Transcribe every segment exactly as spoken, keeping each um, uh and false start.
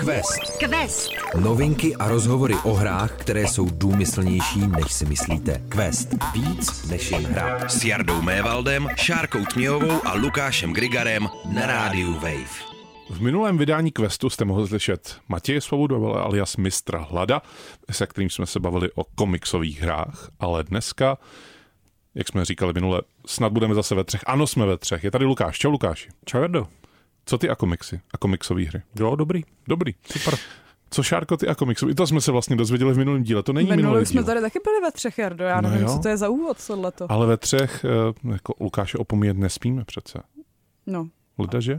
Quest. Quest. Novinky a rozhovory o hrách, které jsou důmyslnější, než si myslíte. Quest. Víc než jen hra. S Jardou Mévaldem, Šárkou Tměhovou a Lukášem Grigarem na rádiu Wave. V minulém vydání Questu jste mohli slyšet Matěje Svobodu alias Mistra Hlada, se kterým jsme se bavili o komiksových hrách, ale dneska, jak jsme říkali minule, snad budeme zase ve třech. Ano, jsme ve třech. Je tady Lukáš. Čau, Lukáši. Čau, Jardo. Co ty a komiksy? A komiksové hry? Jo, dobrý. Dobrý. Super. Co, Šárko, ty a komiksové? I to jsme se vlastně dozvěděli v minulém díle. To není minulý díl. Minulý jsme tady taky byli ve třech, Jardo. Já nevím, no co to je za úvod, tohleto. Ale ve třech, jako Lukáše opomíjet nesmíme přece. No. Ledaže?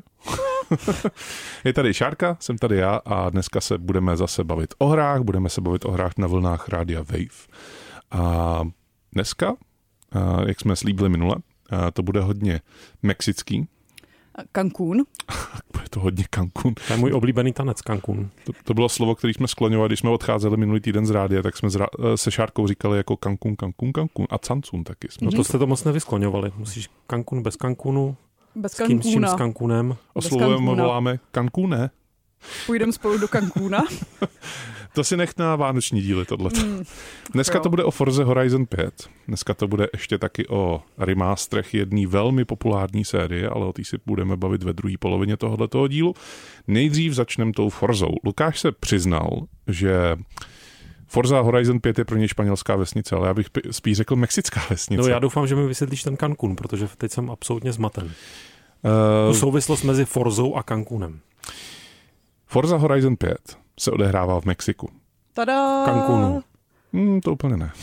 Je tady Šárka, jsem tady já a dneska se budeme zase bavit o hrách, budeme se bavit o hrách na vlnách rádia Wave. A dneska, jak jsme slíbili minule, to bude hodně mexický. Cancún. Bude to hodně Cancún. To je můj oblíbený tanec, Cancún. To, to bylo slovo, které jsme skloňovali, když jsme odcházeli minulý týden z rádia, tak jsme zra- se Šárkou říkali jako Cancún, Cancún, Cancún a Cancún taky. No to jste to moc nevyskloňovali. Musíš Cancún bez Cancúnu. Bez s kým, s čím s Cancúnem? Oslovujeme, voláme Cancúne. Půjdeme spolu do Cancúna. To si nech na vánoční díly tohleto. Mm, Dneska jo. to bude o Forze Horizon pět. Dneska to bude ještě taky o remasterech jedné velmi populární série, ale o té si budeme bavit ve druhé polovině tohoto dílu. Nejdřív začneme tou Forzou. Lukáš se přiznal, že Forza Horizon pět je pro něj španělská vesnice, ale já bych spíš řekl mexická vesnice. No já doufám, že mi vysvětlíš ten Cancún, protože teď jsem absolutně zmaten. Uh, tu souvislost mezi Forzou a Cancúnem. Forza Horizon pět se odehrává v Mexiku. Tada! Cancúnu. Hmm, to úplně ne.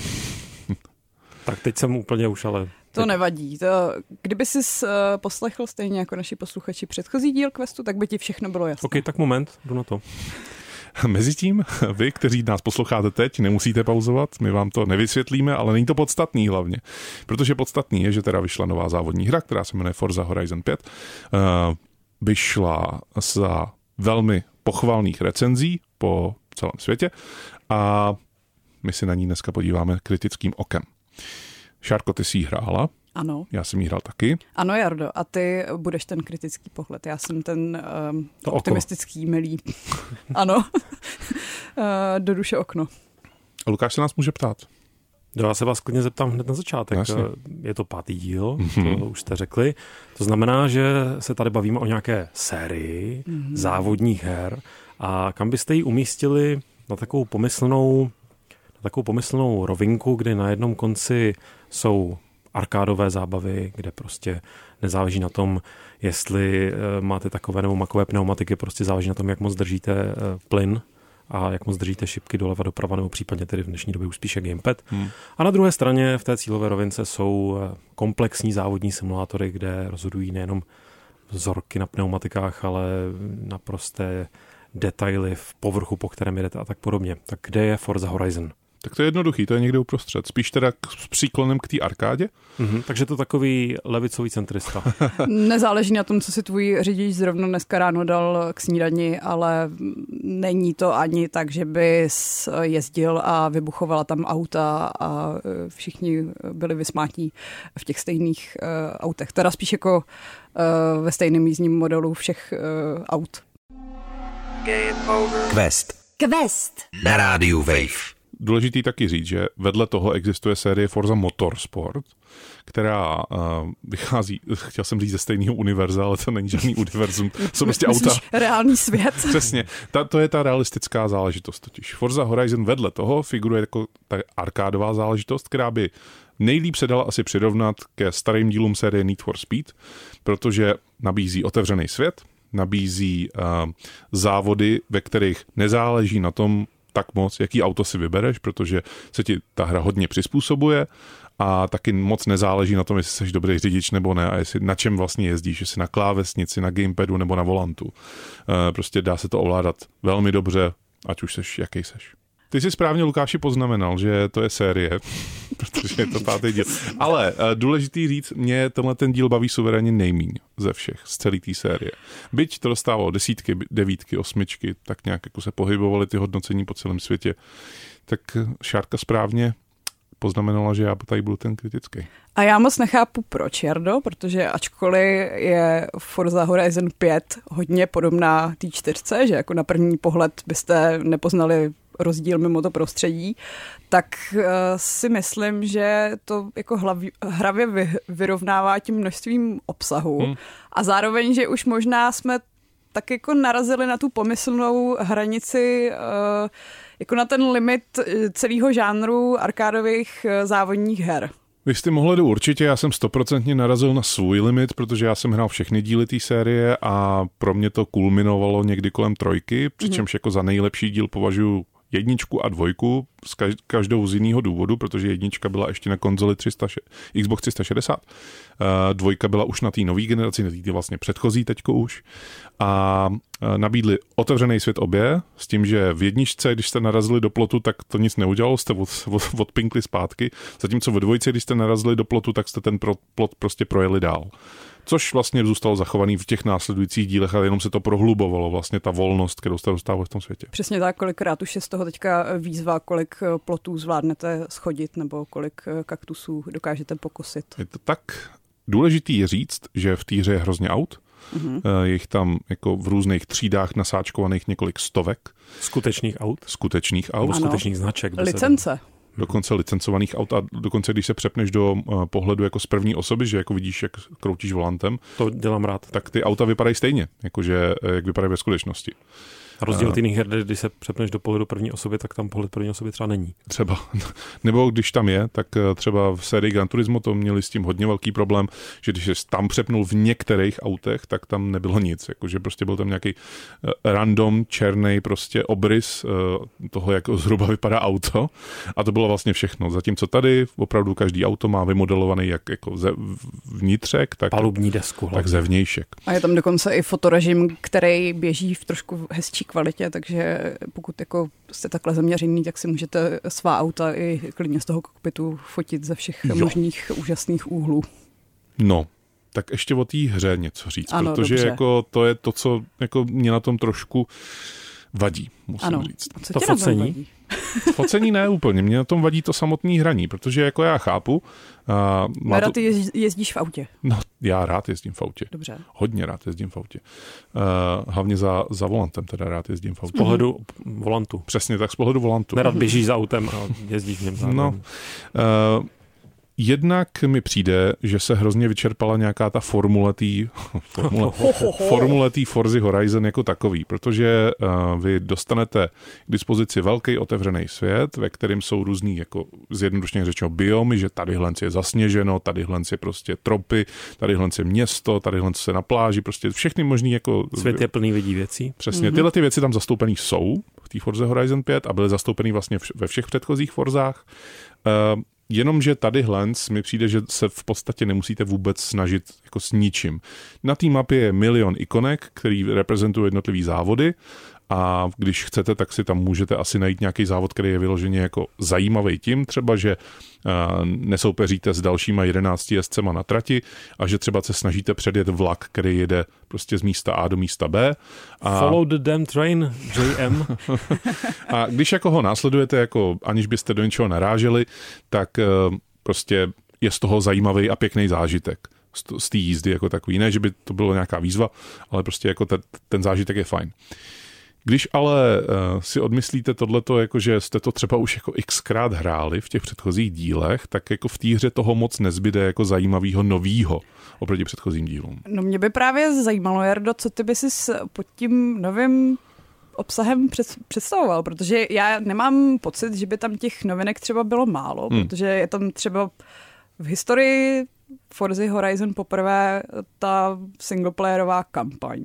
Tak teď jsem úplně už, ale... To nevadí. To, kdyby jsi uh, poslechl stejně jako naši posluchači předchozí díl Questu, tak by ti všechno bylo jasné. Ok, tak moment, jdu na to. Mezitím, vy, kteří nás posloucháte teď, nemusíte pauzovat, my vám to nevysvětlíme, ale není to podstatný hlavně. Protože podstatný je, že teda vyšla nová závodní hra, která se jmenuje Forza Horizon pět. Uh, vyšla za velmi pochvalných recenzí po celém světě a my si na ní dneska podíváme kritickým okem. Šárko, ty jsi jí hrála. Ano. Já jsem jí hrál taky. Ano, Jardo, a ty budeš ten kritický pohled. Já jsem ten um, optimistický, milý. Ano. uh, do duše okno. Lukáš se nás může ptát. Jo, já se vás klidně zeptám hned na začátek. Jasně. Je to pátý díl, mm-hmm. to už jste řekli. To znamená, že se tady bavíme o nějaké sérii mm-hmm. závodních her a kam byste ji umístili na takovou pomyslnou, na takovou pomyslnou rovinku, kdy na jednom konci jsou arkádové zábavy, kde prostě nezáleží na tom, jestli máte takové nebo makové pneumatiky, prostě záleží na tom, jak moc držíte plyn a jak moc držíte šipky doleva doprava, nebo případně tedy v dnešní době už spíše gamepad. Hmm. A na druhé straně v té cílové rovince jsou komplexní závodní simulátory, kde rozhodují nejenom vzorky na pneumatikách, ale naprosté detaily v povrchu, po kterém jedete a tak podobně. Tak kde je Forza Horizon? Tak to je jednoduchý, to je někde uprostřed. Spíš teda s příklonem k té arkádě. Mm-hmm, takže to takový levicový centrista. Nezáleží na tom, co si tvůj řidič zrovna dneska ráno dal k snídani, ale není to ani tak, že bys jezdil a vybuchovala tam auta a všichni byli vysmátí v těch stejných uh, autech. Teda spíš jako uh, ve stejném jízdním modelu všech uh, aut. Quest. Quest. Na rádiu Wave. Důležitý taky říct, že vedle toho existuje série Forza Motorsport, která uh, vychází, chtěl jsem říct ze stejného univerza, ale to není žádný univerzum, jsou prostě auta. Reálný svět. Přesně, ta, to je ta realistická záležitost totiž. Forza Horizon vedle toho figuruje jako ta arkádová záležitost, která by nejlíp se dala asi přirovnat ke starým dílům série Need for Speed, protože nabízí otevřený svět, nabízí uh, závody, ve kterých nezáleží na tom, tak moc, jaký auto si vybereš, protože se ti ta hra hodně přizpůsobuje a taky moc nezáleží na tom, jestli jsi dobrý řidič nebo ne a jestli na čem vlastně jezdíš, jestli na klávesnici, na gamepadu nebo na volantu. Prostě dá se to ovládat velmi dobře, ať už seš, jaký seš. Ty jsi správně, Lukáši, poznamenal, že to je série, protože je to pátý díl. Ale důležitý říct, mě tenhle ten díl baví suverénně nejmíň ze všech, z celé té série. Byť to dostávalo desítky, devítky, osmičky, tak nějak jako se pohybovaly ty hodnocení po celém světě, tak Šárka správně poznamenala, že já tady budu ten kritický. A já moc nechápu proč, Jardo, protože ačkoliv je Forza Horizon pět hodně podobná té čtyřce, že jako na první pohled byste nepoznali rozdíl mimo to prostředí, tak uh, si myslím, že to jako hlav, hravě vy, vyrovnává tím množstvím obsahu hmm. a zároveň, že už možná jsme tak jako narazili na tu pomyslnou hranici, uh, jako na ten limit celého žánru arkádových uh, závodních her. Vy jste mohli určitě, já jsem stoprocentně narazil na svůj limit, protože já jsem hrál všechny díly té série a pro mě to kulminovalo někdy kolem trojky, přičemž mm-hmm. jako za nejlepší díl považuji jedničku a dvojku, s každou z jiného důvodu, protože jednička byla ještě na konzoli tři sta, Xbox tři sta šedesát, dvojka byla už na té nové generaci, na té vlastně předchozí teďko už, a nabídli otevřený svět obě, s tím, že v jedničce, když jste narazili do plotu, tak to nic neudělalo, jste od, od, odpinkli zpátky, zatímco ve dvojce, když jste narazili do plotu, tak jste ten pro, plot prostě projeli dál. Což vlastně zůstalo zachovaný v těch následujících dílech, ale jenom se to prohlubovalo, vlastně ta volnost, kterou jste dostávali v tom světě. Přesně tak, kolikrát už je z toho teďka výzva, kolik plotů zvládnete schodit, nebo kolik kaktusů dokážete pokosit. Je to tak. Důležitý je říct, že v té hře je hrozně aut. Mm-hmm. Je jich tam jako v různých třídách nasáčkovaných několik stovek. Skutečných aut? Skutečných aut. Ano. Skutečných značek. Licence. Dokonce licencovaných aut a dokonce, když se přepneš do uh, pohledu jako z první osoby, že jako vidíš, jak kroutíš volantem. To dělám rád. Tak ty auta vypadají stejně, jakože jak vypadají ve skutečnosti. A rozdíl od jiných her, když se přepneš do pohledu první osoby, tak tam pohled první osoby třeba není. Třeba. Nebo když tam je, tak třeba v sérii Gran Turismo to měli s tím hodně velký problém, že když se tam přepnul v některých autech, tak tam nebylo nic. Jakože prostě byl tam nějaký random, černý prostě obrys toho, jak zhruba vypadá auto. A to bylo vlastně všechno. Zatímco tady opravdu každý auto má vymodelovaný jak jako ze vnitřek, tak, palubní desku, tak zevnějšek. A je tam dokonce i fotorežim, který běží v trošku hezčí kvalitě, takže pokud jako jste takhle zaměřený, tak si můžete svá auta i klidně z toho kokpitu fotit ze všech jo. možných úžasných úhlů. No, tak ještě o té hře něco říct, ano, protože dobře. jako to je to, co jako mě na tom trošku vadí, musím ano. říct. Co to focení? Focení ne úplně, mě na tom vadí to samotné hraní, protože jako já chápu. Uh, Rád to... ty jezdíš v autě. No, já rád jezdím v autě. Dobře. Hodně rád jezdím v autě. Uh, hlavně za, za volantem teda rád jezdím v autě. Z pohledu volantu. Přesně tak, z pohledu volantu. Nerad běžíš za autem a jezdíš v něm zároveň. No, uh, jednak mi přijde, že se hrozně vyčerpala nějaká ta formule tý, formule, formule tý Forzy Horizon jako takový, protože uh, vy dostanete k dispozici velký otevřený svět, ve kterém jsou různý, jako zjednodušeně řečeno, biomy, že tadyhle je zasněženo, tadyhle je prostě tropy, tadyhle je město, tadyhle se na pláži, prostě všechny možný jako... Svět je plný lidí věcí. Přesně, mm-hmm. tyhle ty věci tam zastoupený jsou v té Forze Horizon pět a byly zastoupený vlastně ve všech předchozích Forzách. Uh, Jenomže tady Hlens mi přijde, že se v podstatě nemusíte vůbec snažit jako s ničím. Na té mapě je milion ikonek, který reprezentují jednotlivý závody a když chcete, tak si tam můžete asi najít nějaký závod, který je vyloženě jako zajímavý tím, třeba, že uh, nesoupeříte s dalšíma jedenácti jezdcema na trati a že třeba se snažíte předjet vlak, který jede prostě z místa A do místa B. A... Follow the damn train, J M. A když jako ho následujete, jako aniž byste do něčeho naráželi, tak uh, prostě je z toho zajímavý a pěkný zážitek. Z té jízdy jako takový. Ne, že by to bylo nějaká výzva, ale prostě jako ten, ten zážitek je fajn. Když ale uh, si odmyslíte tohleto, jako že jste to třeba už jako xkrát hráli v těch předchozích dílech, tak jako v té hře toho moc nezbyde jako zajímavého novýho oproti předchozím dílům. No mě by právě zajímalo, Jardo, co ty by si pod tím novým obsahem představoval, protože já nemám pocit, že by tam těch novinek třeba bylo málo, hmm. protože je tam třeba v historii Forzy Horizon poprvé ta singleplayerová kampaň.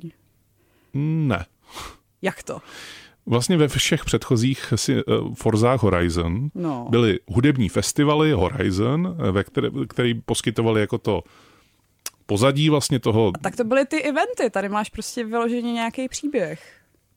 Ne. Jak to? Vlastně ve všech předchozích uh, Forzách Horizon no. byly hudební festivaly Horizon, ve které, který poskytovali jako to pozadí vlastně toho... A tak to byly ty eventy, tady máš prostě vyloženě nějaký příběh.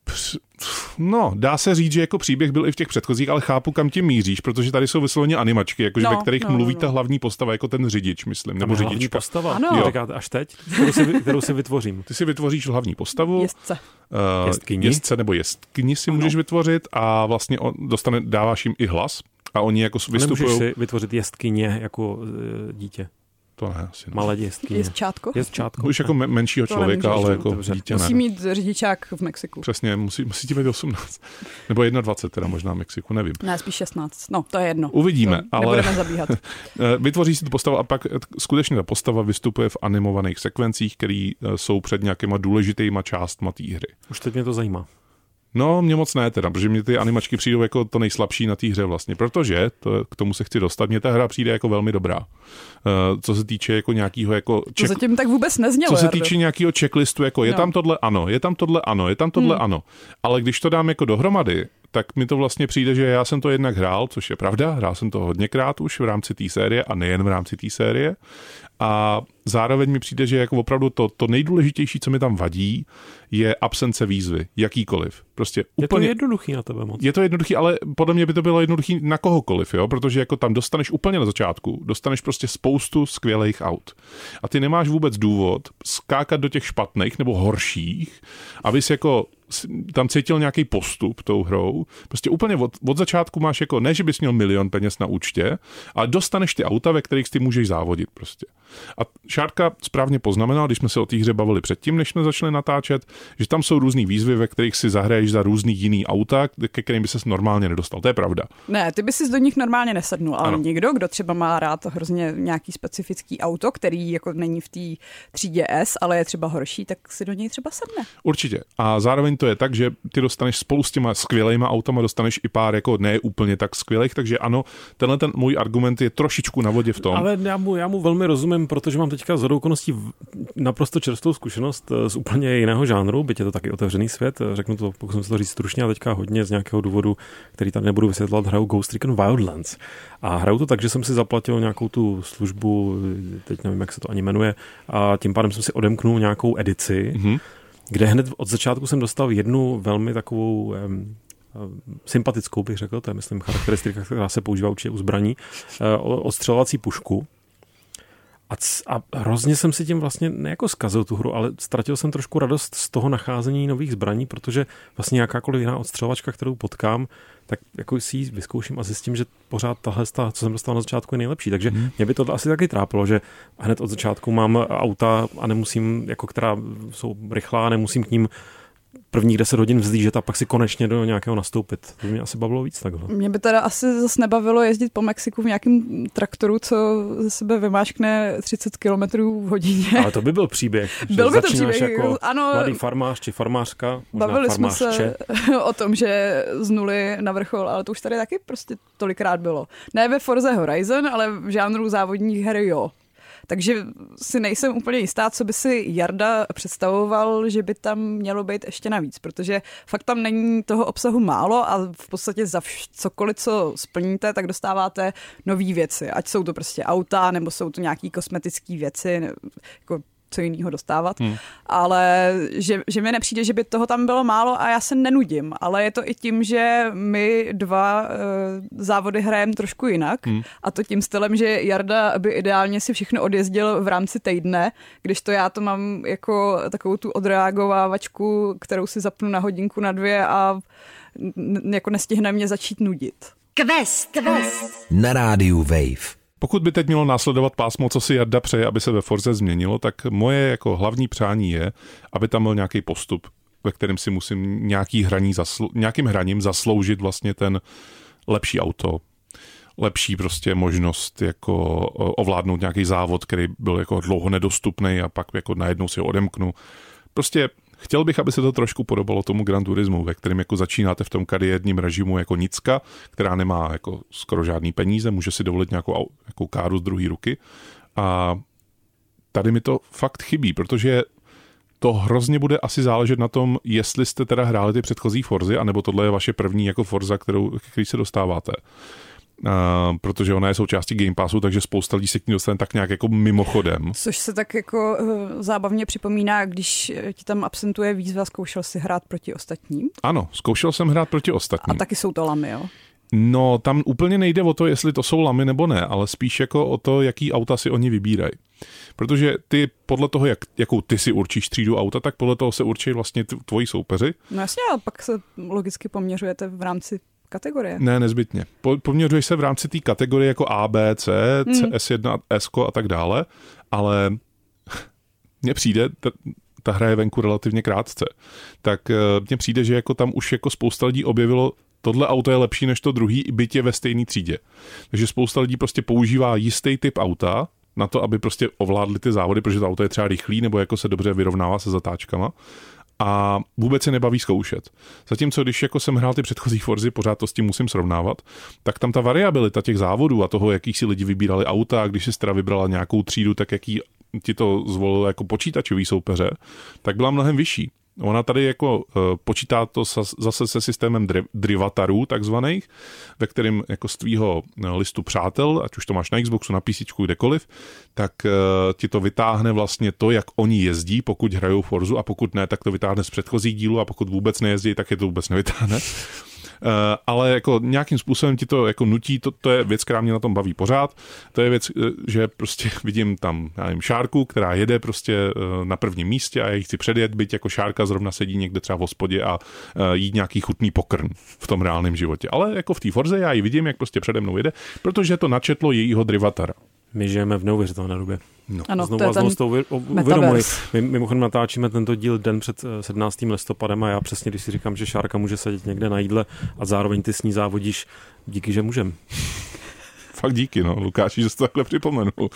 No, dá se říct, že jako příběh byl i v těch předchozích, ale chápu, kam tím míříš, protože tady jsou vysloveně animačky, jakože no, ve kterých no, mluví no. ta hlavní postava, jako ten řidič, myslím, nebo řidička. Hlavní postava? Ano. Říkáte až teď? Kterou si, kterou si vytvořím. Ty si vytvoříš hlavní postavu. Jezdce. Uh, Jezdkyni. Jezdce nebo jezdkyni si ano. můžeš vytvořit a vlastně on dostane, dáváš jim i hlas A oni jako vystupují... Nemůžeš si vytvořit jestkyně jako e, dítě. To ne, asi ne. Malé jestkyně. Jezdčátko? Jezdčátko. Už jako menšího To člověka, nemůžeš, ale jako dobře. dítě Musí ne. mít řidičák v Mexiku. Přesně, musí, musí ti být osmnáct. Nebo dvacet jedna teda možná v Mexiku, nevím. Ne, spíš šestnáct. No, to je jedno. Uvidíme, to ale nebudeme zabíhat. vytvoří si tu postavu a pak skutečně ta postava vystupuje v animovaných sekvencích, které jsou před nějakýma důležitýma částma té hry. Už teď mě to zajímá. No, mě moc ne teda, protože mě ty animačky přijdou jako to nejslabší na té hře vlastně, protože, to, k tomu se chci dostat, mě ta hra přijde jako velmi dobrá. Uh, co se týče jako nějakého jako... To zatím tak vůbec neznělo, Co se Jardo. týče nějakého checklistu, jako je No. tam tohle ano, je tam tohle ano, je tam tohle Hmm. ano. Ale když to dám jako dohromady, tak mi to vlastně přijde, že já jsem to jednak hrál, což je pravda, hrál jsem to hodněkrát už v rámci té série a nejen v rámci té série. A zároveň mi přijde, že jako opravdu to, to nejdůležitější, co mi tam vadí, je absence výzvy, jakýkoliv. Prostě Je to úplně... jednoduchý na tebe moc. Je to jednoduchý, ale podle mě by to bylo jednoduchý na kohokoliv, jo? Protože jako tam dostaneš úplně na začátku, dostaneš prostě spoustu skvělých aut. A ty nemáš vůbec důvod skákat do těch špatných nebo horších, abys jako tam cítil nějaký postup tou hrou. Prostě úplně od, od začátku máš jako, ne, že bys měl milion peněz na účtě, ale dostaneš ty auta, ve kterých ty můžeš závodit prostě. A Šárka správně poznamenal, když jsme se o té hře bavili předtím, než jsme začali natáčet, že tam jsou různý výzvy, ve kterých si zahraješ za různý jiný auta, ke kterým by ses normálně nedostal. To je pravda. Ne, ty by si do nich normálně nesednul, ale Ano. někdo, kdo třeba má rád hrozně nějaký specifický auto, který jako není v té třídě S, ale je třeba horší, tak si do něj třeba sedne. Určitě. A zároveň to je tak, že ty dostaneš spolu s těma skvělejma autama, dostaneš i pár jako ne úplně tak skvělých, takže ano, tenhle ten můj argument je trošičku na vodě v tom. Ale já mu, já mu velmi rozumím, protože mám teďka shodou okolností naprosto čerstvou zkušenost z úplně jiného žánru, byť je to taky otevřený svět, řeknu to, pokusím se to říct stručně, a teďka hodně z nějakého důvodu, který tady nebudu vysvětlovat, hraju Ghost Recon Wildlands. A hraju to tak, že jsem si zaplatil nějakou tu službu, teď nevím, jak se to ani jmenuje, a tím pádem jsem si odemknul nějakou edici, mm-hmm. kde hned od začátku jsem dostal jednu velmi takovou um, sympatickou, bych řekl, to je, myslím, charakteristika, která se používá určitě u zbraní, uh, odstřelovací pušku. A, c- a hrozně jsem si tím vlastně ne jako zkazil tu hru, ale ztratil jsem trošku radost z toho nacházení nových zbraní, protože vlastně jakákoliv jiná odstřelovačka, kterou potkám, tak jako si ji vyzkouším a zjistím, že pořád tahle, co jsem dostal na začátku, je nejlepší. Takže hmm. mě by to asi taky trápilo, že hned od začátku mám auta a nemusím, jako která jsou rychlá, nemusím k ním prvních deset hodin vzlížet a pak si konečně do nějakého nastoupit. To by mě asi bavilo víc takhle. Mě by teda asi zase nebavilo jezdit po Mexiku v nějakém traktoru, co ze sebe vymáčkne třicet kilometrů v hodině. Ale to by byl příběh. Byl by to začínáš příběh, jako ano. mladý farmář či farmářka, možná Bavili jsme farmářče. se o tom, že z nuly na vrchol, ale to už tady taky prostě tolikrát bylo. Ne ve Forze Horizon, ale v žánru závodních her jo. Takže si nejsem úplně jistá, co by si Jarda představoval, že by tam mělo být ještě navíc, protože fakt tam není toho obsahu málo a v podstatě za vš- cokoliv, co splníte, tak dostáváte nový věci. Ať jsou to prostě auta, nebo jsou to nějaký kosmetické věci, ne, jako co jiného dostávat, hmm. ale že, že mi nepřijde, že by toho tam bylo málo a já se nenudím, ale je to i tím, že my dva e, závody hrajeme trošku jinak hmm. a to tím stylem, že Jarda by ideálně si všechno odjezdil v rámci týdne, když to já to mám jako takovou tu odreagovávačku, kterou si zapnu na hodinku, na dvě a n- jako nestihne mě začít nudit. Quest, quest. Na rádiu Wave. Pokud by teď mělo následovat pásmo, co si Jarda přeje, aby se ve Forze změnilo, tak moje jako hlavní přání je, aby tam byl nějaký postup, ve kterém si musím nějaký hraní zaslu- nějakým hraním zasloužit vlastně ten lepší auto, lepší prostě možnost jako ovládnout nějaký závod, který byl jako dlouho nedostupný a pak jako najednou si ho odemknu. Prostě chtěl bych, aby se to trošku podobalo tomu Gran Turismu, ve kterém jako začínáte v tom kariérním režimu jako nicka, která nemá jako skoro žádný peníze, může si dovolit nějakou jako káru z druhé ruky. A tady mi to fakt chybí, protože to hrozně bude asi záležet na tom, jestli jste teda hráli ty předchozí Forzy, anebo tohle je vaše první jako Forza, kterou, který se dostáváte. Uh, protože ona je součástí Game Passu, takže spousta lidí se k ní dostane tak nějak jako mimochodem. Což se tak jako uh, zábavně připomíná, když ti tam absentuje výzva, zkoušel si hrát proti ostatním. Ano, zkoušel jsem hrát proti ostatním. A taky jsou to lamy, jo? No, tam úplně nejde o to, jestli to jsou lamy nebo ne, ale spíš jako o to, jaký auta si oni vybírají. Protože ty podle toho, jak, jakou ty si určíš třídu auta, tak podle toho se určí vlastně tvoji soupeři. No jasně, ale pak se logicky poměřujete v rámci kategorie. Ne, nezbytně. Po, poměřuješ se v rámci té kategorie jako A, B, C, Hmm. C S jedna, S a tak dále, ale mně přijde, ta, ta hra je venku relativně krátce, tak mně přijde, že jako tam už jako spousta lidí objevilo, tohle auto je lepší než to druhý, i byť je ve stejné třídě. Takže spousta lidí prostě používá jistý typ auta na to, aby prostě ovládli ty závody, protože to auto je třeba rychlý nebo jako se dobře vyrovnává se zatáčkama. A vůbec se nebaví zkoušet. Zatímco když jako jsem hrál ty předchozí Forzy, pořád to s tím musím srovnávat, tak tam ta variabilita těch závodů a toho, jaký si lidi vybírali auta, a když si teda vybrala nějakou třídu, tak jaký ti to zvolilo jako počítačový soupeře, tak byla mnohem vyšší. Ona tady jako uh, počítá to zase se systémem dri- drivatarů takzvaných, ve kterém jako z tvýho listu přátel, ať už to máš na Xboxu, na PCčku, kdekoliv, tak uh, ti to vytáhne vlastně to, jak oni jezdí, pokud hrajou Forzu, a pokud ne, tak to vytáhne z předchozích dílů, a pokud vůbec nejezdí, tak je to vůbec nevytáhne. Uh, ale jako nějakým způsobem ti to jako nutí, to, to je věc, která mě na tom baví pořád. To je věc, že prostě vidím tam, já nevím, Šárku, která jede prostě uh, na prvním místě a já ji chci předjet, byť jako Šárka zrovna sedí někde třeba v hospodě a uh, jí nějaký chutný pokrm v tom reálném životě. Ale jako v té Forze já ji vidím, jak prostě přede mnou jede, protože to načetlo jejího drivatara. My žijeme v neuvěřitelné době. No. Ano, Znovu to je a znovu ten to uvědomuji. My mimochodem natáčíme tento díl den před sedmnáctým listopadem a já přesně, když si říkám, že Šárka může sedět někde na jídle a zároveň ty s ní závodíš, díky, že můžem. Fakt díky, no, Lukáši, že jsi to takhle připomenul. Uh,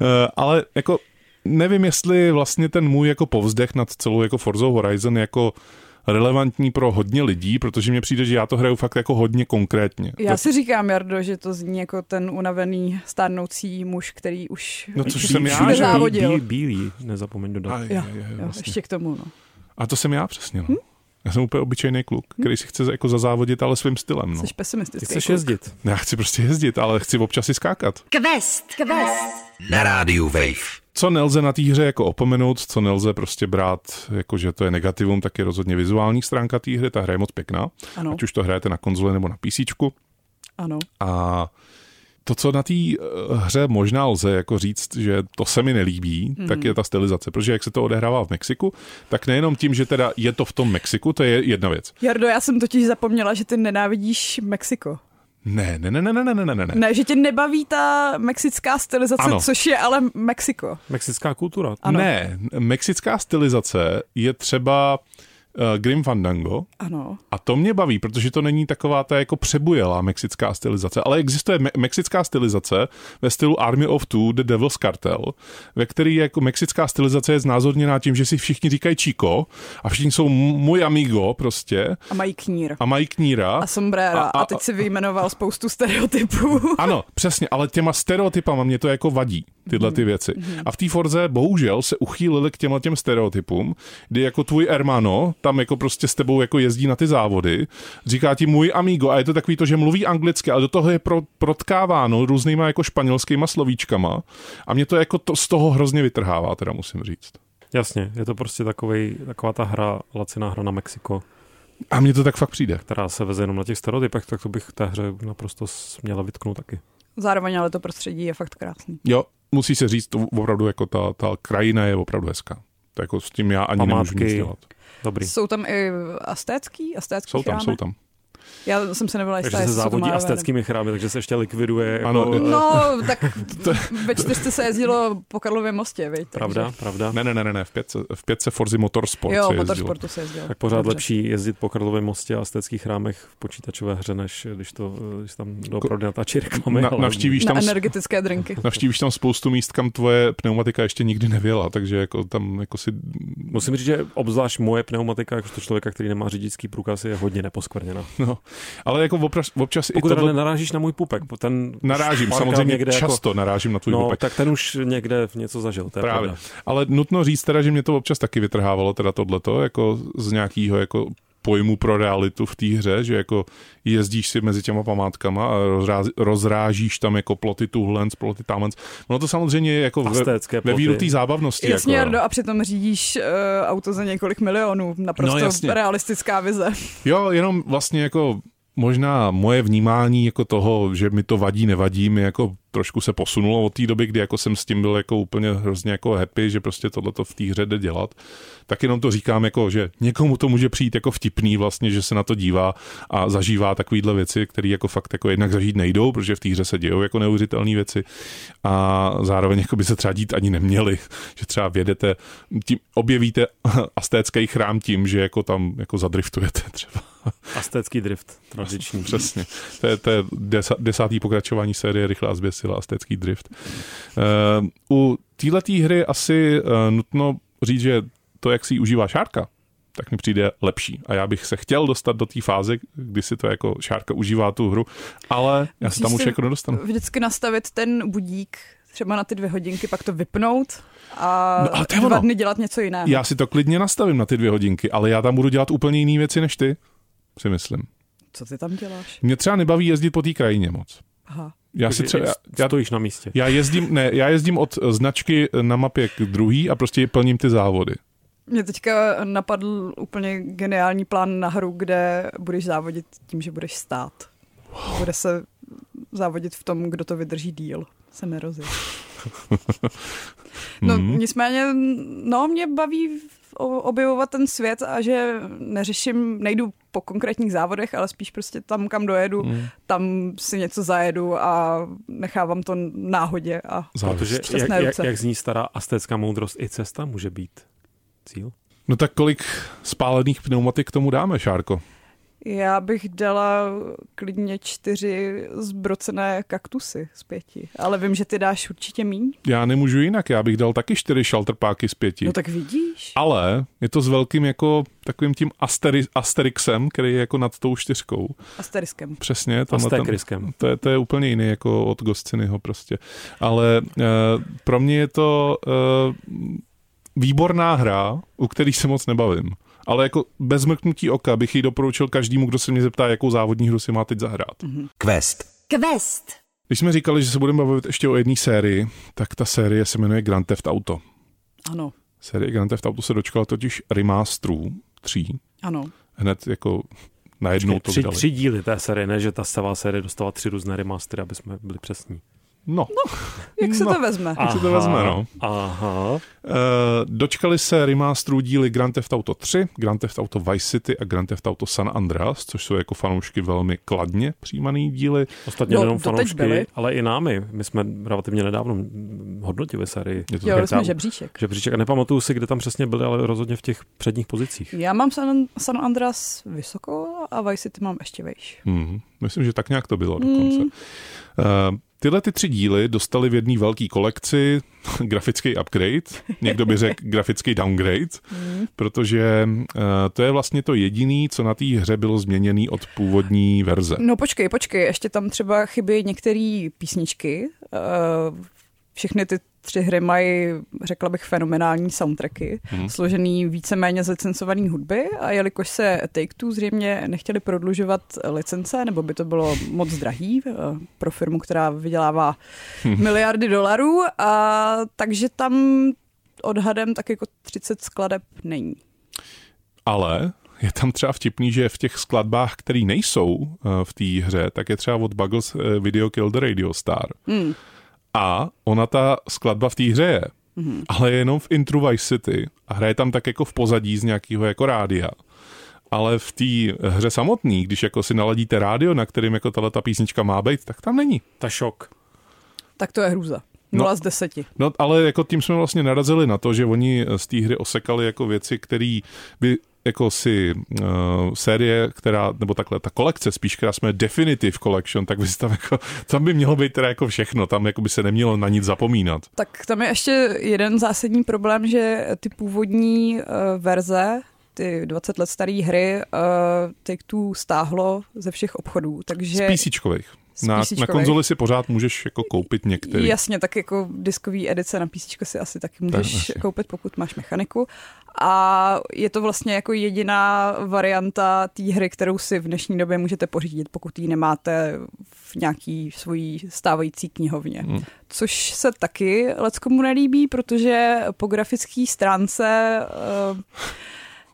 ale jako nevím, jestli vlastně ten můj jako povzdech nad celou jako Forza Horizon jako relevantní pro hodně lidí, protože mně přijde, že já to hraju fakt jako hodně konkrétně. Já to... si říkám, Jardo, že to zní jako ten unavený stárnoucí muž, který už no, což který jsem já, že závodil. Bílý, bílý, nezapomeň dodat. A, je, jo, je, je, jo, vlastně. ještě k tomu, no. A to jsem já přesně, no. Hm? Já jsem úplně obyčejný kluk, který si chce jako zazávodit, ale svým stylem, no. Jsi pesimistický. Ty chceš kluk. jezdit. Já chci prostě jezdit, ale chci občas i skákat. Quest. Quest. Na rádiu Wave. Co nelze na té hře jako opomenout, co nelze prostě brát, jako že to je negativum, tak je rozhodně vizuální stránka té hry. Ta hra je moc pěkná, Ano. ať už to hrajete na konzoli nebo na PCčku. Ano. A to, co na té hře možná lze jako říct, že to se mi nelíbí, mm. tak je ta stylizace. Protože jak se to odehrává v Mexiku, tak nejenom tím, že teda je to v tom Mexiku, to je jedna věc. Jardo, já jsem totiž zapomněla, že ty nenávidíš Mexiko. Ne, ne, ne, ne, ne, ne, ne, ne. Ne, že tě nebaví ta mexická stylizace, Ano. což je ale Mexiko. Mexická kultura. Ano. Ne, mexická stylizace je třeba uh, Grim Fandango. Ano. A to mě baví, protože to není taková ta jako přebujelá mexická stylizace, ale existuje me- mexická stylizace ve stylu Army of Two, The Devil's Cartel, ve který jako mexická stylizace je znázorněná tím, že si všichni říkají Chico a všichni jsou můj amigo prostě. A mají knír. A mají kníra. A sombrera. A, a, a teď si vyjmenoval spoustu stereotypů. Ano, přesně, ale těma stereotypama mě to jako vadí, tyhle ty věci. Mm-hmm. A v té Forze bohužel se uchýlili k těmhle těm stereotypům, kdy jako tvůj hermano tam jako prostě s tebou jako jezdí na ty závody, říká ti můj amigo a je to takový to, že mluví anglicky, ale do toho je pro, protkáváno různýma jako španělskýma slovíčkama a mě to jako to, z toho hrozně vytrhává, teda musím říct. Jasně, je to prostě takovej, taková ta hra, laciná hra na Mexiko. A mně to tak fakt přijde. Která se veze jenom na těch stereotypech, tak to bych té hře naprosto měla vytknout taky. Zároveň ale to prostředí je fakt krásný. Jo, musí se říct, to opravdu jako ta, ta krajina je opravdu hezká. To jako s tím já ani Památky. nemůžu nic dělat. Dobrý. Jsou tam i astécký, astécký Jsou tam, chrámy? jsou tam. Já jsem se nebyla jistá, Takže se jestli závodí to má asteckými chrámy, takže se ještě likviduje. Ano, jako, No, tak ve čtyřce se jezdilo po Karlově mostě, viď? Pravda, Takže... pravda. Ne, ne, ne, ne, v pětce, v pětce Forzy Motorsport Jo, se jezdilo. Motorsportu se jezdilo. Tak pořád Dobře. lepší jezdit po Karlově mostě a asteckých chrámech v počítačové hře, než když to když tam doopravdy natáčí reklamy. Na, ale- navštívíš, Na tam, energetické drinky. navštívíš tam spoustu míst, kam tvoje pneumatika ještě nikdy nevěla, takže jako tam jako si... Musím říct, že obzvlášť moje pneumatika, jakožto člověka, který nemá řidičský průkaz, je hodně neposkvrněna. No, ale jako občas, občas Pokud i teda tohle... nenarážíš na můj pupek, ten Narážím, šparka samozřejmě někde často jako, narážím na tvůj no, pupek. tak ten už někde něco zažil, to je Právě. pravda. Ale nutno říct teda, že mě to občas taky vytrhávalo, teda tohleto, jako z nějakého jako pojmu pro realitu v té hře, že jako jezdíš si mezi těma památkama a rozráz, rozrážíš tam jako ploty tuhlens, ploty tamens. No to samozřejmě je jako ve, ve víru té zábavnosti. Jasně, jako, Jardo, a přitom řídíš uh, auto za několik milionů. Naprosto No, realistická vize. Jo, jenom vlastně jako možná moje vnímání jako toho, že mi to vadí, nevadí, mi jako trošku se posunulo od té doby, kdy jako jsem s tím byl jako úplně hrozně jako happy, že prostě tohleto v té hře jde dělat. Tak jenom to říkám jako, že někomu to může přijít jako vtipný vlastně, že se na to dívá a zažívá takovýhle věci, které jako fakt jako jednak zažít nejdou, protože v té hře se dějou jako neuvěřitelné věci a zároveň jako by se třeba dít ani neměli, že třeba vědete, tím objevíte astécký chrám tím, že jako tam jako zadriftujete třeba. Astécký drift, tradiční. Přesně. To je, to je desátý pokračování série Rychlá zběsila, astécký drift. Uh, u téhleté hry asi uh, nutno říct, že to, jak si ji užívá Šárka, tak mi přijde lepší. A já bych se chtěl dostat do té fáze, kdy si to jako Šárka užívá tu hru, ale já Musíš se tam už jako nedostanu. Vždycky nastavit ten budík třeba na ty dvě hodinky, pak to vypnout a no, dva ono. dny dělat něco jiného. Já si to klidně nastavím na ty dvě hodinky, ale já tam budu dělat úplně jiné věci než ty, si myslím. Co ty tam děláš? Mě třeba nebaví jezdit po té krajině moc. Aha. Já si třeba, já, stojíš na místě. Já jezdím, ne, já jezdím od značky na mapě k druhý a prostě plním ty závody. Mě teďka napadl úplně geniální plán na hru, kde budeš závodit tím, že budeš stát. Bude se závodit v tom, kdo to vydrží díl. Se nerozí. No mm. nicméně, no mě baví objevovat ten svět a že neřeším, nejdu po konkrétních závodech, ale spíš prostě tam, kam dojedu, mm. tam si něco zajedu a nechávám to náhodě a protože jak, jak, jak zní stará astécká moudrost, i cesta může být cíl. No tak kolik spálených pneumatik tomu dáme, Šárko? Já bych dala klidně čtyři zbrocené kaktusy z pěti, ale vím, že ty dáš určitě míň. Já nemůžu jinak, já bych dal taky čtyři šaltrpáky z pěti. No tak vidíš. Ale je to s velkým jako takovým tím asteri, Asterixem, který je jako nad tou čtyřkou. Asteriskem. Přesně. Asterixkem. To je, to je úplně jiný jako od Goscinnyho prostě. Ale uh, pro mě je to uh, výborná hra, u který se moc nebavím. Ale jako bez mrknutí oka bych ji doporučil každému, kdo se mě zeptá, jakou závodní hru si má teď zahrát. Mm-hmm. Quest. Quest. Když jsme říkali, že se budeme bavit ještě o jedné sérii, tak ta série se jmenuje Grand Theft Auto. Ano. Série Grand Theft Auto se dočkala totiž remasterů tří. Ano. Hned jako najednou to tři, vydali. Tři díly té série, ne, že ta celá série dostala tři různé remastery, aby jsme byli přesní. No. no, jak se no. to vezme? Jak se to vezme, no. Aha. Uh, dočkali se remasterů díly Grand Theft Auto tři, Grand Theft Auto Vice City a Grand Theft Auto San Andreas, což jsou jako fanoušky velmi kladně přijímaný díly. Ostatně no, nejenom fanoušky, ale i námi. My jsme relativně nedávno hodnotili sérii. Dělali jsme žebříček. Žebříček a nepamatuju si, kde tam přesně byli, ale rozhodně v těch předních pozicích. Já mám San, San Andreas vysoko a Vice City mám ještě vejš. Hmm, myslím, že tak nějak to bylo dokonce. Hmm. Uh, Tyhle ty tři díly dostali v jedné velké kolekci grafický upgrade, někdo by řekl grafický downgrade, mm. protože uh, to je vlastně to jediný, co na té hře bylo změněný od původní verze. No počkej, počkej, ještě tam třeba chybí některé písničky. Uh, všechny ty tři hry mají, řekla bych, fenomenální soundtracky, hmm. složený víceméně z licencované hudby a jelikož se Take-Two zřejmě nechtěli prodlužovat licence, nebo by to bylo moc drahý pro firmu, která vydělává hmm. miliardy dolarů, a takže tam odhadem tak jako třicet skladeb není. Ale je tam třeba vtipný, že v těch skladbách, které nejsou v té hře, tak je třeba od Buggles Video Kill the Radio Star. Hmm. A ona ta skladba v té hře je, mm-hmm. ale je jenom v intru Vice City a hraje tam tak jako v pozadí z nějakého jako rádia. Ale v té hře samotný, když jako si naladíte rádio, na kterým jako tato písnička má být, tak tam není. Ta šok. Tak to je hrůza. Nula no, z deseti. No ale jako tím jsme vlastně narazili na to, že oni z té hry osekali jako věci, které by jako si uh, série, která, nebo takhle, ta kolekce spíš, která jsme Definitive Collection, tak by si tam jako, tam by mělo být teda jako všechno, tam jako by se nemělo na nic zapomínat. Tak tam je ještě jeden zásadní problém, že ty původní uh, verze, ty dvacet let staré hry, uh, Take-Two stáhlo ze všech obchodů, takže... Z písíčkových. Na, na konzoli si pořád můžeš jako koupit některý. Jasně, tak jako diskový edice na písíčko si asi taky můžeš tak, koupit, pokud máš mechaniku. A je to vlastně jako jediná varianta té hry, kterou si v dnešní době můžete pořídit, pokud ji nemáte v nějaký svojí stávající knihovně. Hmm. Což se taky leckomu nelíbí, protože po grafické stránce... Uh,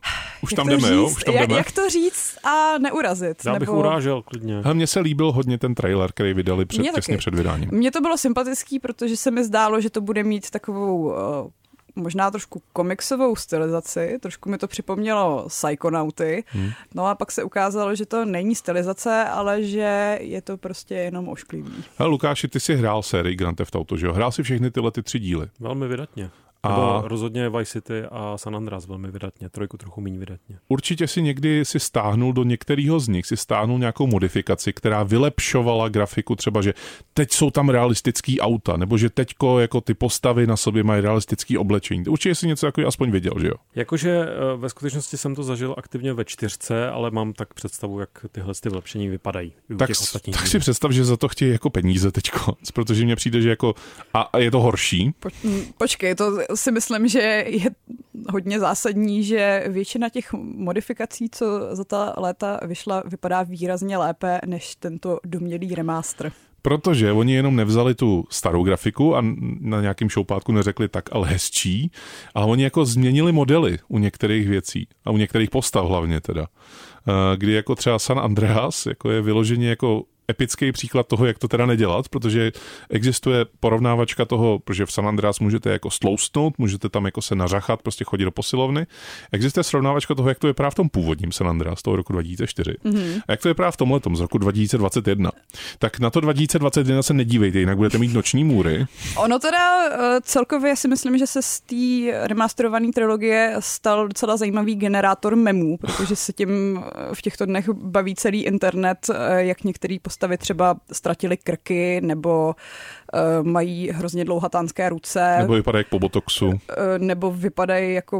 Už jak tam to jdeme, říct, jo? Už tam jak, jdeme. jak to říct a neurazit? Já bych nebo... urážel klidně. Hele, mně se líbil hodně ten trailer, který vydali před, těsně před vydáním. Mně to bylo sympatický, protože se mi zdálo, že to bude mít takovou uh, možná trošku komiksovou stylizaci. Trošku mi to připomnělo Psychonauty. Hmm. No a pak se ukázalo, že to není stylizace, ale že je to prostě jenom ošklivý. Hele, Lukáši, ty jsi hrál sérii Grand Theft Auto, že jo? Hrál si všechny tyhle ty tři díly. Velmi vydatně. A Nebo rozhodně Vice City a San Andreas velmi vydatně, trojku trochu méně vydatně. určitě si někdy si stáhnul do některého z nich, si stáhnul nějakou modifikaci, která vylepšovala grafiku, třeba, že teď jsou tam realistický auta, nebo že teďko jako ty postavy na sobě mají realistický oblečení. Určitě si něco takového aspoň viděl, že jo? Jakože ve skutečnosti jsem to zažil aktivně ve čtyřce, ale mám tak představu, jak tyhle ty vylepšení vypadají. Tak, tak si představ, že za to chtějí jako peníze teďko, protože mně přijde, že jako a, a je to horší. Po, počkej, to si myslím, že je hodně zásadní, že většina těch modifikací, co za ta léta vyšla, vypadá výrazně lépe než tento domělý remaster. Protože oni jenom nevzali tu starou grafiku a na nějakém šoupátku neřekli tak, ale hezčí, ale oni jako změnili modely u některých věcí a u některých postav hlavně teda. Kdy jako třeba San Andreas jako je vyloženě jako epický příklad toho, jak to teda nedělat, protože existuje porovnávačka toho, protože v San Andreas můžete jako stloustnout, můžete tam jako se nařachat, prostě chodit do posilovny. Existuje srovnávačka toho, jak to vypadá v tom původním San Andreas toho roku dva tisíce čtyři. Mm-hmm. A jak to vypadá v tomhletom z roku dva tisíce dvacet jedna. Tak na to dva tisíce dvacet jedna se nedívejte, jinak budete mít noční můry. Ono teda celkově si myslím, že se z té remasterované trilogie stal docela zajímavý generátor memů, protože se tím v těchto dnech baví celý internet, jak některý postavy třeba ztratili krky, nebo uh, mají hrozně dlouhatánské ruce. Nebo vypadají jak po botoxu. Uh, nebo vypadají jako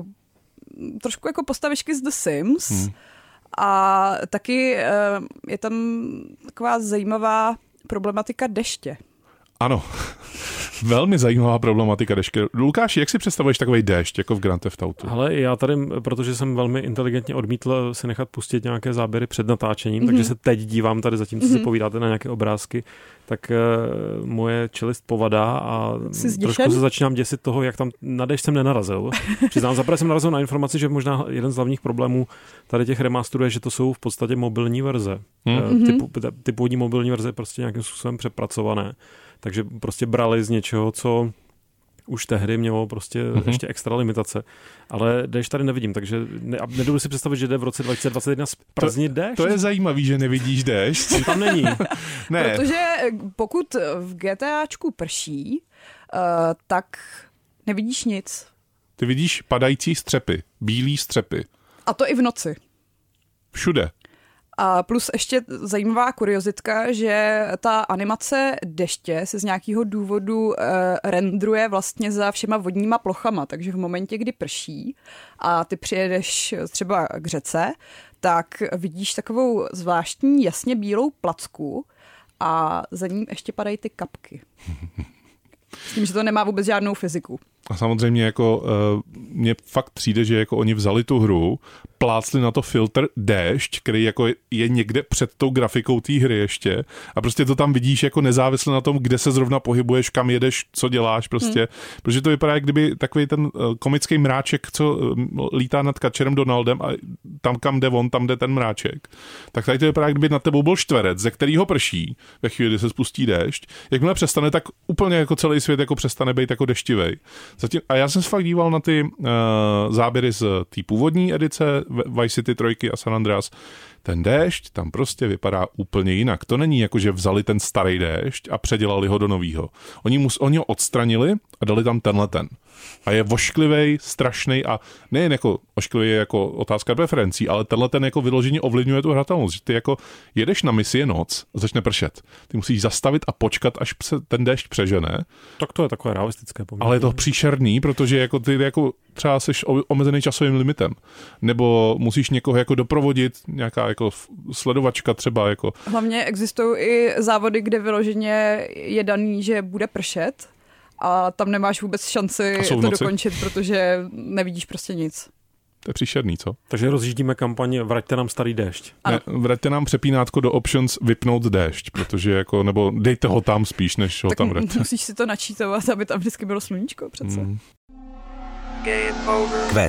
trošku jako postavičky z The Sims. Hmm. A taky uh, je tam taková zajímavá problematika deště. Ano, velmi zajímavá problematika deště. Lukáš, jak si představuješ takový déšť jako v Grand Theft Auto? Ale já tady, protože jsem velmi inteligentně odmítl si nechat pustit nějaké záběry před natáčením, mm-hmm. takže se teď dívám tady zatím, co mm-hmm. si povídáte na nějaké obrázky, tak uh, moje čelist povadá a trošku se začínám děsit toho, jak tam na déšť jsem nenarazil. Přiznám, zaprvé jsem narazil na informaci, že možná jeden z hlavních problémů tady těch remasterů je, že to jsou v podstatě mobilní verze. Mm-hmm. Ty, ty původní mobilní verze prostě nějakým způsobem přepracované. Takže prostě brali z něčeho, co už tehdy mělo prostě mm-hmm. ještě extra limitace. Ale déšť tady nevidím, takže ne, nedovedu si představit, že jde v roce dva tisíce dvacet jedna zprznit déšť. To je zajímavý, že nevidíš déšť. On tam není. Ne. Protože pokud v GTAčku prší, uh, tak nevidíš nic. Ty vidíš padající střepy, bílý střepy. A to i v noci. Všude. A plus ještě zajímavá kuriozitka, že ta animace deště se z nějakého důvodu e, rendruje vlastně za všema vodníma plochama, takže v momentě, kdy prší a ty přijedeš třeba k řece, tak vidíš takovou zvláštní jasně bílou placku a za ním ještě padají ty kapky. S tím, že to nemá vůbec žádnou fyziku. A samozřejmě jako uh, mně fakt přijde, že jako oni vzali tu hru, plácli na to filtr déšť, který jako je někde před tou grafikou té hry ještě a prostě to tam vidíš jako nezávisle na tom, kde se zrovna pohybuješ, kam jedeš, co děláš prostě, hmm. protože to vypadá, jak kdyby takový ten uh, komický mráček, co uh, lítá nad kačerem Donaldem a tam, kam jde on, tam jde ten mráček. Tak tady to vypadá, jak kdyby nad tebou byl čtverec, ze kterého prší ve chvíli, kdy se spustí déšť. Jakmile přestane, tak úplně jako celý svět jako přestane být jako deštivej. Zatím, a já jsem se fakt díval na ty uh, záběry z té původní edice Vice City trojky a San Andreas. Ten déšť tam prostě vypadá úplně jinak. To není jako, že vzali ten starý déšť a předělali ho do novýho. Oni, mus, oni ho odstranili a dali tam tenhle ten. A je vošklivej, strašnej a nejen jako ošklivý je jako otázka preferencí, ale tenhle ten jako vyloženě ovlivňuje tu hratelnost. Že ty jako jedeš na misi je noc a začne pršet. Ty musíš zastavit a počkat, až se ten déšť přežene. Tak to je takové realistické poměrně. Ale je to příšerný, protože jako ty jako třeba jsi omezený časovým limitem. Nebo musíš někoho jako doprovodit, nějaká jako sledovačka třeba. Jako. Hlavně existují i závody, kde vyloženě je daný, že bude pršet a tam nemáš vůbec šanci to dokončit, protože nevidíš prostě nic. To je příšerný, co? Takže rozjíždíme kampaň Vraťte nám starý déšť. Ne, vraťte nám přepínátko do options vypnout déšť, protože jako, nebo dejte ho tam spíš, než ho tak tam vraťte. Musíš si to načítovat, aby tam vždycky bylo sluníčko přece. Mm. Quest.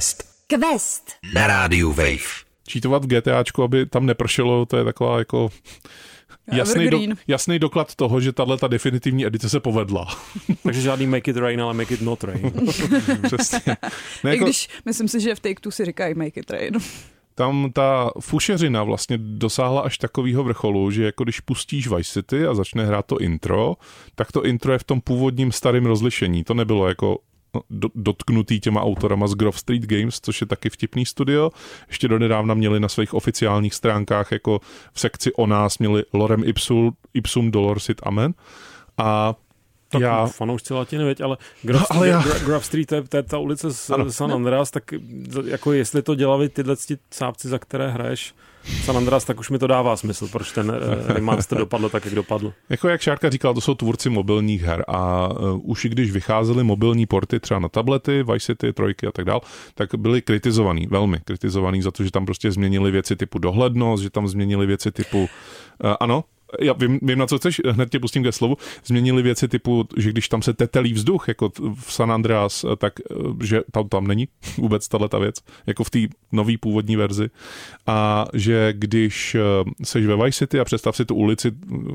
Quest. Na rádiu Wave. Cheatovat v GTAčku, aby tam nepršelo, to je taková jako jasný, do, jasný doklad toho, že tato definitivní edice se povedla. Takže žádný make it rain, ale make it not rain. Přesně. Ne, I jako, když myslím si, že v Take-Two si říkají make it rain. Tam ta fušeřina vlastně dosáhla až takového vrcholu, že jako když pustíš Vice City a začne hrát to intro, tak to intro je v tom původním starém rozlišení. To nebylo jako dotknutý těma autorama z Grove Street Games, což je taky vtipný studio. Ještě donedávna měli na svých oficiálních stránkách jako v sekci o nás měli Lorem Ipsum, Ipsum Dolor Sit Amen. A tak já... fanoušci latiny, veď, ale Grove, no, ale já... Grove Street, to je, to je ta ulice z ano. San Andreas, tak jako jestli to dělali tyhle sápci, za které hraješ San Andreas, tak už mi to dává smysl, proč ten remaster dopadl tak, jak dopadl. Jako jak Šárka říkal, to jsou tvůrci mobilních her a uh, už i když vycházely mobilní porty třeba na tablety, Vice City, trojky a tak dál, tak byli kritizovaný, velmi kritizovaný za to, že tam prostě změnili věci typu dohlednost, že tam změnili věci typu, uh, ano, já vím, vím, na co chceš, hned tě pustím ke slovu, změnili věci typu, že když tam se tetelí vzduch, jako v San Andreas, tak že tam, tam není vůbec tato věc, jako v té nový původní verzi. A že když seš ve Vice City a představ si tu ulici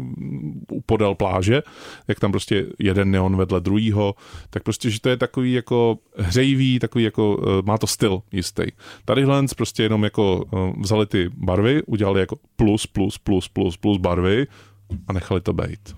podél pláže, jak tam prostě jeden neon vedle druhýho, tak prostě, že to je takový jako hřejivý, takový jako, má to styl jistý. Tadyhle prostě jenom jako vzali ty barvy, udělali jako plus, plus, plus, plus, plus barvy a nechali to bejt.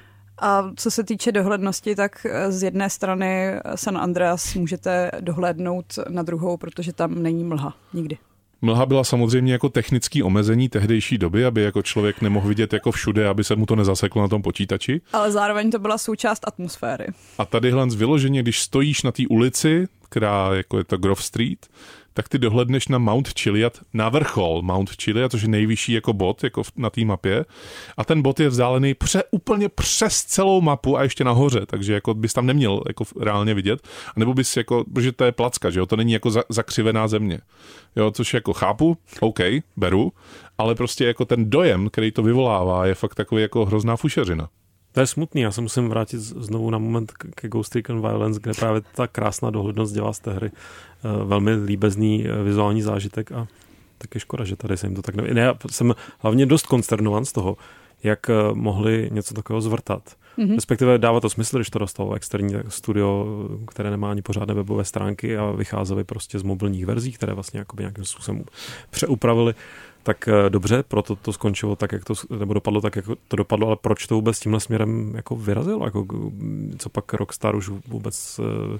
A co se týče dohlednosti, tak z jedné strany San Andreas můžete dohlédnout na druhou, protože tam není mlha. Nikdy. Mlha byla samozřejmě jako technický omezení tehdejší doby, aby jako člověk nemohl vidět jako všude, aby se mu to nezaseklo na tom počítači. Ale zároveň to byla součást atmosféry. A tadyhle vyloženě, když stojíš na té ulici, která jako je to Grove Street, tak ty dohledneš na Mount Chiliad, na vrchol Mount Chiliad, což je nejvyšší jako bod jako na té mapě. A ten bod je vzdálený pře, úplně přes celou mapu a ještě nahoře, takže jako bys tam neměl jako reálně vidět. A nebo bys jako, protože to je placka, že jo, to není jako za, zakřivená země. Jo, což jako chápu, OK, beru, ale prostě jako ten dojem, který to vyvolává, je fakt takový jako hrozná fušeřina. To je smutný, já se musím vrátit znovu na moment ke Ghost Recon Violence, kde právě ta krásná dohlednost dělá z té hry velmi líbezný vizuální zážitek a tak je škoda, že tady se jim to tak neví. Ne, já jsem hlavně dost konsternovan z toho, jak mohli něco takového zvrtat. Mm-hmm. Respektive dává to smysl, když to dostalo externí studio, které nemá ani pořádné webové stránky a vycházely prostě z mobilních verzí, které vlastně jakoby nějakým způsobem přeupravili. Tak dobře, proto to skončilo tak, jak to, nebo dopadlo tak, jak to dopadlo, ale proč to vůbec tímhle směrem jako vyrazilo? Jako, co pak Rockstar už vůbec,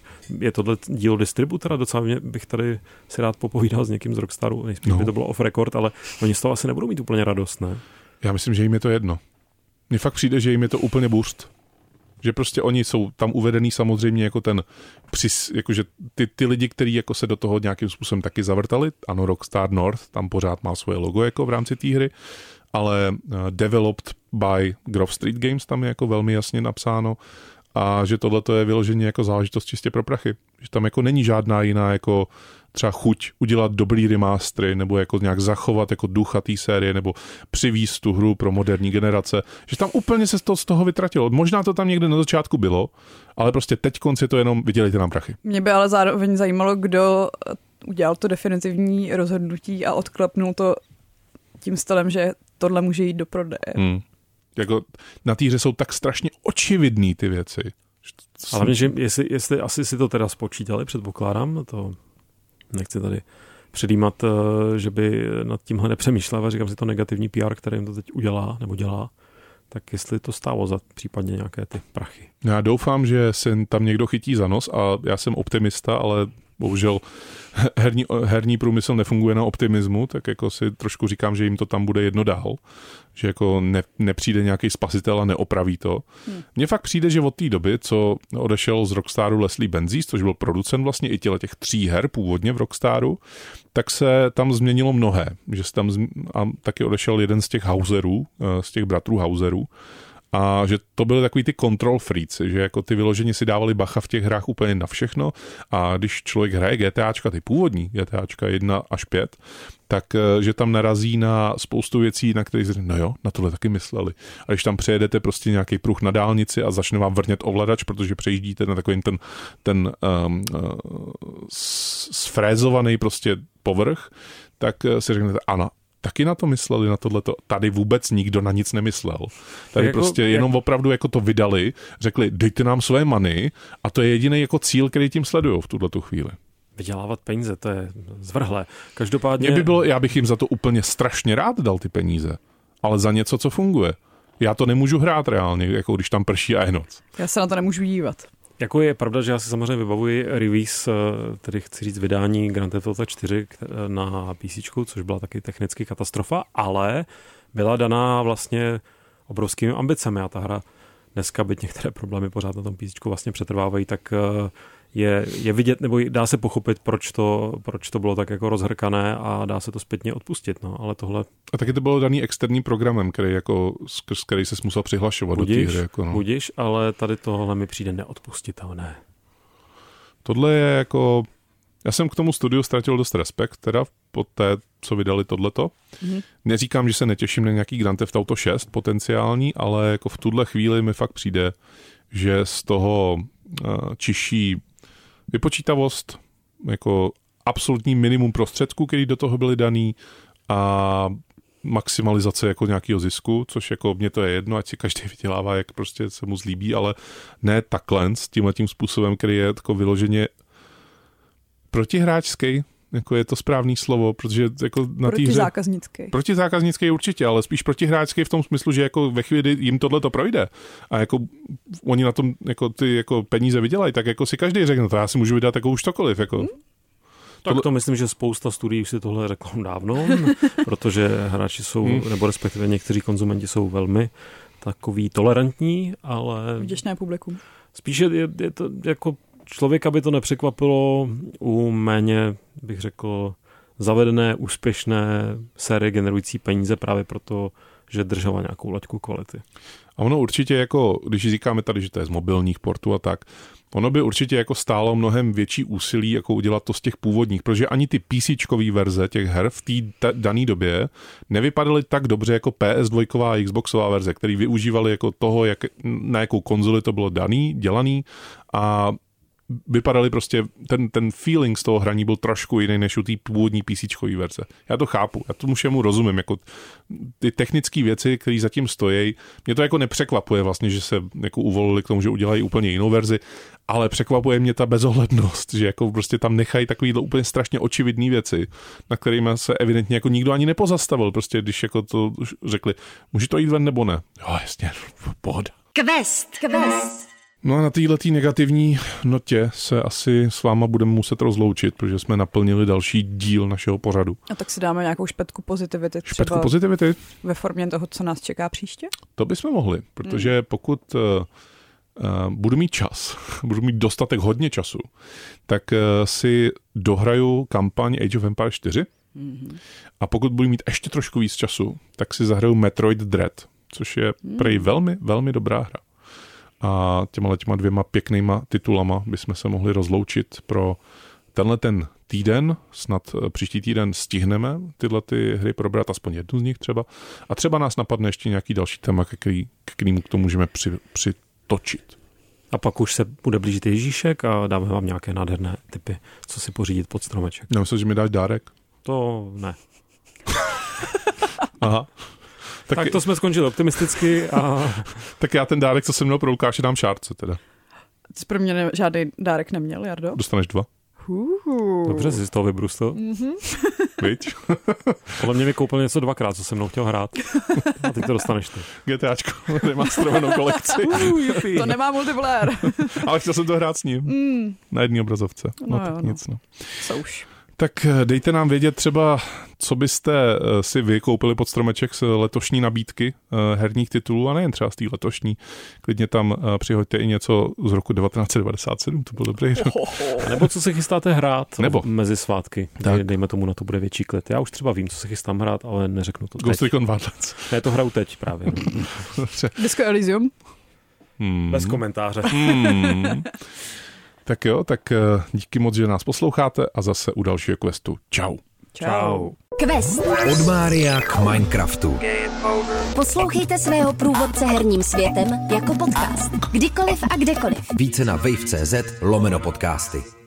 je tohle dílo distributora? Docela mě bych tady si rád popovídal s někým z Rockstaru, nejspíš no. by to bylo off record, ale oni z toho asi nebudou mít úplně radost, ne? Já myslím, že jim je to jedno. Mně fakt přijde, že jim je to úplně burst. Že prostě oni jsou tam uvedený samozřejmě jako ten přis, jakože ty, ty lidi, kteří jako se do toho nějakým způsobem taky zavrtali, ano, Rockstar North tam pořád má svoje logo jako v rámci té hry, ale uh, developed by Grove Street Games tam je jako velmi jasně napsáno a že tohle je vyloženě jako záležitost čistě pro prachy. Že tam jako není žádná jiná jako třeba chuť udělat dobrý remastery nebo jako nějak zachovat jako ducha té série nebo přivízt tu hru pro moderní generace, že tam úplně se to z toho vytratilo. Možná to tam někde na začátku bylo, ale prostě teď konci to jenom vydělejte nám prachy. Mě by ale zároveň zajímalo, kdo udělal to definitivní rozhodnutí a odklepnul to tím stylem, že tohle může jít do prodeje. Hmm. Jako na té hře jsou tak strašně očividný ty věci. Ale hlavně, že jestli, jestli asi si to teda spočítali, předpokládám, to nechci tady předjímat, že by nad tímhle nepřemýšlel, ale říkám si to negativní P R, který jim to teď udělá nebo dělá, tak jestli to stálo za případně nějaké ty prachy. Já doufám, že se tam někdo chytí za nos a já jsem optimista, ale bohužel herní, herní průmysl nefunguje na optimismu, tak jako si trošku říkám, že jim to tam bude jedno dál, že jako ne, nepřijde nějaký spasitel a neopraví to. Hmm. Mně fakt přijde, že od té doby, co odešel z Rockstaru Leslie Benzies, což byl producent vlastně i těle těch tří her původně v Rockstaru, tak se tam změnilo mnohé. Že se tam zm... a taky odešel jeden z těch Hauserů, z těch bratrů Hauserů. a že to byly takový ty control freaks, že jako ty vyloženě si dávali bacha v těch hrách úplně na všechno a když člověk hraje GTAčka, ty původní GTAčka jedna až pět, tak že tam narazí na spoustu věcí, na které si no jo, na tohle taky mysleli. A když tam přejedete prostě nějaký pruh na dálnici a začne vám vrnět ovladač, protože přejíždíte na takový ten, ten um, uh, sfrézovaný prostě povrch, tak si řeknete, ano, taky na to mysleli, na tohleto. Tady vůbec nikdo na nic nemyslel. Tady jako, prostě jenom jak... opravdu jako to vydali, řekli, dejte nám své money a to je jediný jako cíl, který tím sledují v tuhletu chvíli. Vydělávat peníze, to je zvrhlé. Každopádně... Mě by bylo, já bych jim za to úplně strašně rád dal ty peníze, ale za něco, co funguje. Já to nemůžu hrát reálně, jako když tam prší a je noc. Já se na to nemůžu dívat. Jako je pravda, že já si samozřejmě vybavuji release, tedy chci říct vydání Grand Theft Auto čtyři na PCčku, což byla taky technicky katastrofa, ale byla daná vlastně obrovskými ambicemi a ta hra dneska, byť některé problémy pořád na tom PCčku vlastně přetrvávají, tak je, je vidět, nebo dá se pochopit, proč to, proč to bylo tak jako rozhrkané a dá se to zpětně odpustit, no, ale tohle... A taky to bylo daný externím programem, který jako, skrz který se musel přihlašovat budiš, do té hry. Jako, no. Budiš, ale tady tohle mi přijde neodpustitelné. Tohle je jako... Já jsem k tomu studiu ztratil dost respekt, teda po té, co vydali tohleto. Mm-hmm. Neříkám, že se netěším na nějaký Grand Theft Auto šest potenciální, ale jako v tuhle chvíli mi fakt přijde, že z toho uh, čiší vypočítavost, jako absolutní minimum prostředků, který do toho byly daný a maximalizace jako nějakého zisku, což jako mně to je jedno, ať si každý vydělává, jak prostě se mu zlíbí, ale ne takhle s tímhletím způsobem, který je jako vyloženě protihráčský, jako je to správný slovo, protože jako na té hře... Protizákaznický. Protizákaznický určitě, ale spíš protihráčský v tom smyslu, že jako ve chvíli jim tohle to projde a jako oni na tom jako ty jako peníze vydělají, tak jako si každý řekne, to já si můžu vydat jako už cokoliv. Jako. Hmm. Tak to myslím, že spousta studií už si tohle řeklo dávno, protože hráči jsou, hmm. nebo respektive někteří konzumenti jsou velmi takový tolerantní, ale... Vděčné publikum. Spíše je, je to jako člověka by to nepřekvapilo u méně, bych řekl, zavedené, úspěšné série generující peníze právě proto, že držela nějakou laťku kvality. A ono určitě jako, když říkáme tady, že to je z mobilních portů a tak, ono by určitě jako stálo mnohem větší úsilí, jako udělat to z těch původních, protože ani ty PCčkový verze těch her v té dané době nevypadaly tak dobře jako P S dva a Xboxová verze, který využívali jako toho, jak, na jakou konzoli to bylo daný, dělaný a vypadaly prostě, ten, ten feeling z toho hraní byl trošku jiný než u té původní PCčkový verze. Já to chápu, já tomu všemu rozumím, jako ty technické věci, které zatím stojí, mě to jako nepřekvapuje vlastně, že se jako uvolili k tomu, že udělají úplně jinou verzi, ale překvapuje mě ta bezohlednost, že jako prostě tam nechají takovýhle úplně strašně očividné věci, na kterými se evidentně jako nikdo ani nepozastavil, prostě když jako to řekli, může to jít ven nebo ne? Jo, jasně, pohoda. Quest, quest. No a na této negativní notě se asi s váma budeme muset rozloučit, protože jsme naplnili další díl našeho pořadu. A tak si dáme nějakou špetku pozitivity třeba špetku pozitivity? Ve formě toho, co nás čeká příště? To bychom mohli, protože hmm. pokud uh, uh, budu mít čas, budu mít dostatek hodně času, tak uh, si dohraju kampaň Age of Empires čtyři hmm. a pokud budu mít ještě trošku víc času, tak si zahraju Metroid Dread, což je hmm. prej velmi, velmi dobrá hra. A těma těma dvěma pěknýma titulama bychom se mohli rozloučit pro tenhle ten týden, snad příští týden stihneme tyhle ty hry probrat, aspoň jednu z nich třeba. A třeba nás napadne ještě nějaký další téma, který, k kterému k tomu můžeme při, přitočit. A pak už se bude blížit Ježíšek a dáme vám nějaké nádherné tipy, co si pořídit pod stromeček. Nemyslíš, že mi dáš dárek? To ne. Aha. Tak, tak to jsme skončili optimisticky a... Tak já ten dárek, co jsem měl pro Lukáše, dám Šárce teda. Ty jsi pro mě ne, žádný dárek neměl, Jardo? Dostaneš dva. Uhu. Dobře, jsi z toho vybrustil. Mm-hmm. Víč? Podle mě mi koupil něco dvakrát, co jsem mnou chtěl hrát. A teď to dostaneš ty. GTAčko, remasterovanou kolekci. Uh, to nemá multiplayer. Ale chtěl jsem to hrát s ním. Mm. Na jedné obrazovce. No, no tak jo, nic, no. Co už. Tak dejte nám vědět třeba, co byste si vy koupili pod stromeček z letošní nabídky herních titulů, a nejen třeba z té letošní. Klidně tam přihoďte i něco z roku devatenáct set devadesát sedm, to byl dobrý rok. A nebo co se chystáte hrát nebo. mezi svátky. Tak. Dejme tomu, na to bude větší klid. Já už třeba vím, co se chystám hrát, ale neřeknu to teď. Ghost Recon Wildlands. Já to hraju teď právě. Disco Elysium? Hmm. Bez komentáře. Hmm. Tak jo, tak díky moc, že nás posloucháte a zase u dalšího questu. Čau. Čau. Quest. Od Mária k Minecraftu. Poslouchejte svého průvodce herním světem jako podcast. Kdykoliv a kdekoliv. Více na wave tečka cz lomeno podcasty.